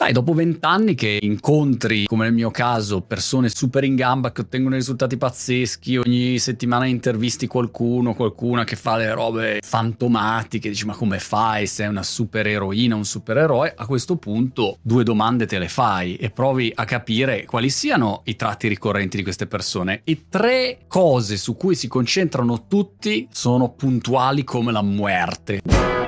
Sai, dopo 20 anni che incontri, come nel mio caso, persone super in gamba che ottengono risultati pazzeschi, ogni settimana intervisti qualcuna che fa le robe fantomatiche, dici ma come fai? Sei una super eroina, un supereroe? A questo punto 2 domande te le fai e provi a capire quali siano i tratti ricorrenti di queste persone. E 3 cose su cui si concentrano tutti sono puntuali come la muerte.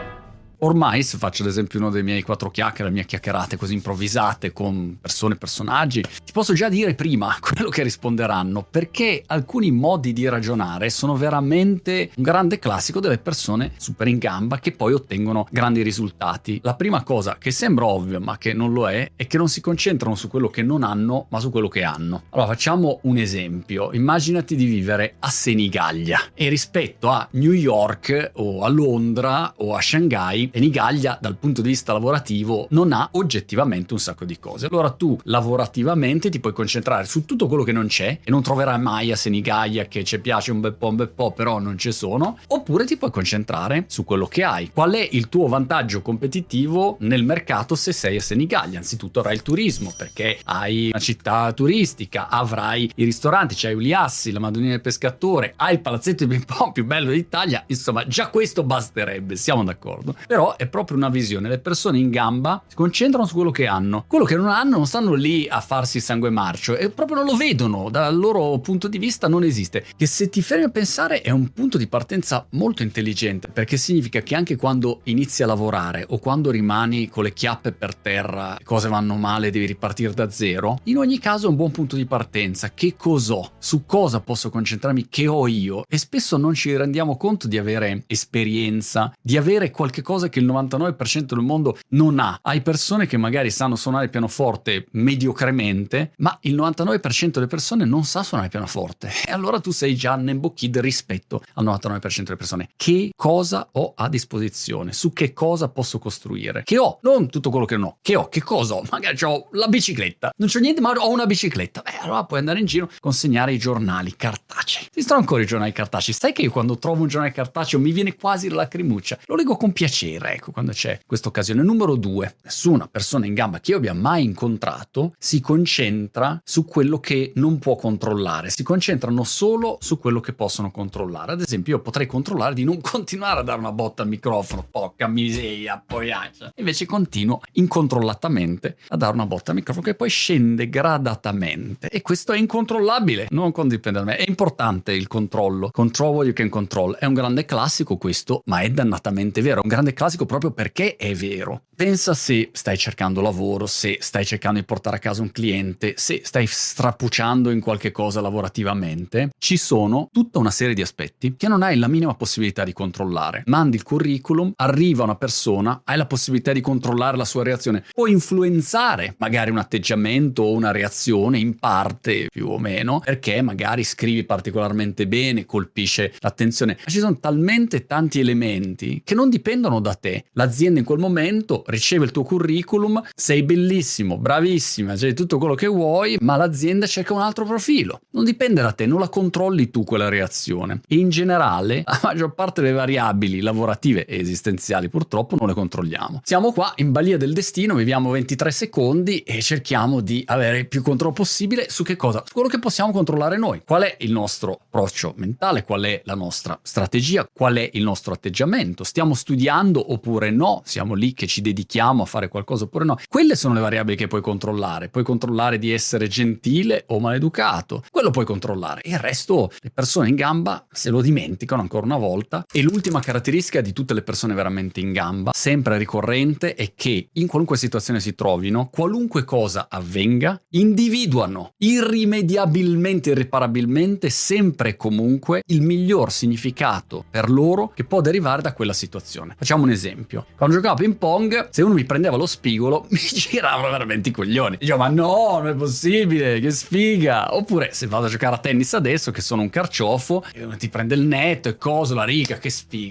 Ormai, se faccio ad esempio uno dei miei 4 chiacchiere, le mie chiacchierate così improvvisate con persone e personaggi, ti posso già dire prima quello che risponderanno, perché alcuni modi di ragionare sono veramente un grande classico delle persone super in gamba che poi ottengono grandi risultati. La prima cosa, che sembra ovvio ma che non lo è che non si concentrano su quello che non hanno ma su quello che hanno. Allora facciamo un esempio: immaginati di vivere a Senigallia e rispetto a New York o a Londra o a Shanghai, Senigallia dal punto di vista lavorativo non ha oggettivamente un sacco di cose. Allora tu lavorativamente ti puoi concentrare su tutto quello che non c'è e non troverai mai a Senigallia che ci piace un bel po' però non ci sono, oppure ti puoi concentrare su quello che hai. Qual è il tuo vantaggio competitivo nel mercato se sei a Senigallia? Anzitutto avrai il turismo, perché hai una città turistica, avrai i ristoranti, c'hai Uliassi, la Madonnina del Pescatore, hai il palazzetto di ping pong più bello d'Italia, insomma già questo basterebbe, siamo d'accordo. Però è proprio una visione, le persone in gamba si concentrano su quello che hanno, quello che non hanno non stanno lì a farsi il sangue marcio e proprio non lo vedono, dal loro punto di vista non esiste, che se ti fermi a pensare è un punto di partenza molto intelligente, perché significa che anche quando inizi a lavorare o quando rimani con le chiappe per terra, le cose vanno male, devi ripartire da zero, in ogni caso è un buon punto di partenza. Che cos'ho? Su cosa posso concentrarmi? Che ho io? E spesso non ci rendiamo conto di avere esperienza, di avere qualche cosa che il 99% del mondo non ha. Hai persone che magari sanno suonare il pianoforte mediocremente, ma il 99% delle persone non sa suonare il pianoforte. E allora tu sei già Nembo Kid rispetto al 99% delle persone. Che cosa ho a disposizione? Su che cosa posso costruire? Che ho? Non tutto quello che non ho. Che ho? Che cosa ho? Magari ho la bicicletta. Non c'ho niente, ma ho una bicicletta. Allora puoi andare in giro, consegnare i giornali cartacei. Esistono ancora i giornali cartacei. Sai che io quando trovo un giornale cartaceo mi viene quasi la lacrimuccia. Lo leggo con piacere, ecco, quando c'è questa occasione. Numero 2, nessuna persona in gamba che io abbia mai incontrato si concentra su quello che non può controllare, si concentrano solo su quello che possono controllare. Ad esempio io potrei controllare di non continuare a dare una botta al microfono, porca miseria, poi invece continuo incontrollatamente a dare una botta al microfono che poi scende gradatamente, e questo è incontrollabile, non dipende da me. È importante il controllo, control what you can control, è un grande classico questo, ma è dannatamente vero, è un grande classico proprio perché è vero. Pensa se stai cercando lavoro, se stai cercando di portare a casa un cliente, se stai strappucciando in qualche cosa lavorativamente, ci sono tutta una serie di aspetti che non hai la minima possibilità di controllare. Mandi il curriculum, arriva una persona, hai la possibilità di controllare la sua reazione, puoi influenzare magari un atteggiamento o una reazione in parte più o meno, perché magari scrivi particolarmente bene, colpisce l'attenzione, ma ci sono talmente tanti elementi che non dipendono da te. L'azienda in quel momento riceve il tuo curriculum, sei bellissimo, bravissima, c'è tutto quello che vuoi, ma l'azienda cerca un altro profilo. Non dipende da te, non la controlli tu quella reazione. E in generale la maggior parte delle variabili lavorative e esistenziali purtroppo non le controlliamo. Siamo qua in balia del destino, viviamo 23 secondi e cerchiamo di avere il più controllo possibile su che cosa? Su quello che possiamo controllare noi. Qual è il nostro approccio mentale? Qual è la nostra strategia? Qual è il nostro atteggiamento? Stiamo studiando oppure no? Siamo lì che ci dedichiamo a fare qualcosa oppure no? Quelle sono le variabili che puoi controllare. Puoi controllare di essere gentile o maleducato. Quello puoi controllare. Il resto, le persone in gamba se lo dimenticano ancora una volta. E l'ultima caratteristica di tutte le persone veramente in gamba, sempre ricorrente, è che in qualunque situazione si trovino, qualunque cosa avvenga, individuano irrimediabilmente, irriparabilmente, sempre e comunque il miglior significato per loro che può derivare da quella situazione. Facciamo un esempio. Quando giocavo a ping pong, se uno mi prendeva lo spigolo, mi giravano veramente i coglioni. Dicevo, ma no, non è possibile, che sfiga. Oppure se vado a giocare a tennis adesso, che sono un carciofo, e uno ti prende il netto e cosa, la riga, che sfiga, no?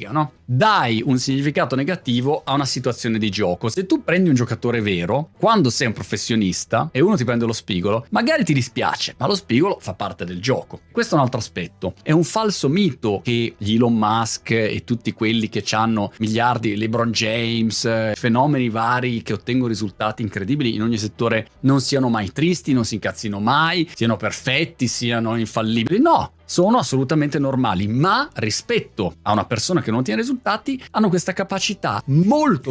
dai un significato negativo a una situazione di gioco. Se tu prendi un giocatore vero, quando sei un professionista e uno ti prende lo spigolo, magari ti dispiace, ma lo spigolo fa parte del gioco. Questo è un altro aspetto. È un falso mito che gli Elon Musk e tutti quelli che hanno miliardi, LeBron James, fenomeni vari che ottengono risultati incredibili in ogni settore, non siano mai tristi, non si incazzino mai, siano perfetti, siano infallibili. No, sono assolutamente normali, ma rispetto a una persona che non ottiene risultati hanno questa capacità molto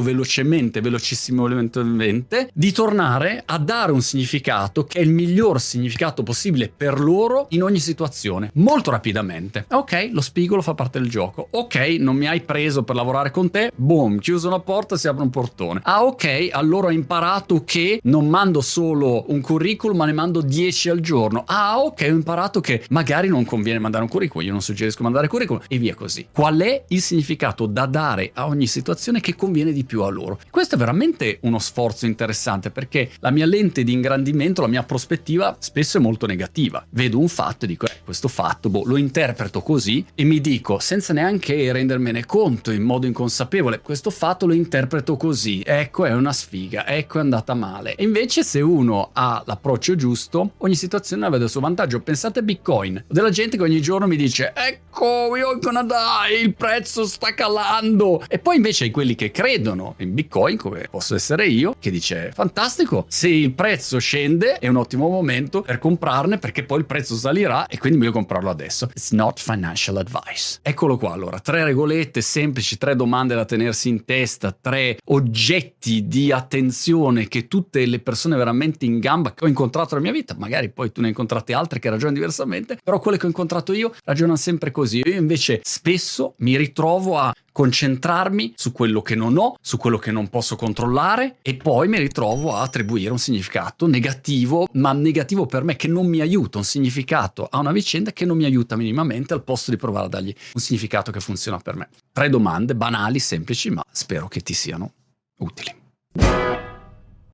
velocissimamente di tornare a dare un significato che è il miglior significato possibile per loro in ogni situazione, molto rapidamente. Ok, lo spigolo fa parte del gioco. Ok, non mi hai preso per lavorare con te, boom, chiuso una porta, si apre un portone. Ah, ok, allora ho imparato che non mando solo un curriculum, ma ne mando 10 al giorno. Ah, ok, ho imparato che magari non conviene mandare un curriculum, io non suggerisco mandare curriculum, e via così. Qual è il significato da dare a ogni situazione che conviene di più a loro? Questo è veramente uno sforzo interessante, perché la mia lente di ingrandimento, la mia prospettiva spesso è molto negativa. Vedo un fatto e dico questo fatto lo interpreto così e mi dico, senza neanche rendermene conto, in modo inconsapevole, questo fatto lo interpreto così, ecco è una sfiga, ecco è andata male. E invece se uno ha l'approccio giusto, ogni situazione la vede a suo vantaggio. Pensate a Bitcoin, della gente che ogni giorno mi dice ecco we're gonna die, il prezzo sta calando, e poi invece hai quelli che credono in Bitcoin, come posso essere io, che dice fantastico, se il prezzo scende è un ottimo momento per comprarne perché poi il prezzo salirà e quindi meglio comprarlo adesso. It's not financial advice. Eccolo qua, allora, 3 regolette semplici, 3 domande da tenersi in testa, 3 oggetti di attenzione che tutte le persone veramente in gamba che ho incontrato nella mia vita, magari poi tu ne hai incontrate altre che ragionano diversamente, però quelle che ho incontrato io ragionano sempre così. Io invece spesso mi ritrovo a concentrarmi su quello che non ho, su quello che non posso controllare, e poi mi ritrovo a attribuire un significato negativo, ma negativo per me, che non mi aiuta, un significato a una vicenda che non mi aiuta minimamente, al posto di provare a dargli un significato che funziona per me. 3 domande banali, semplici, ma spero che ti siano utili.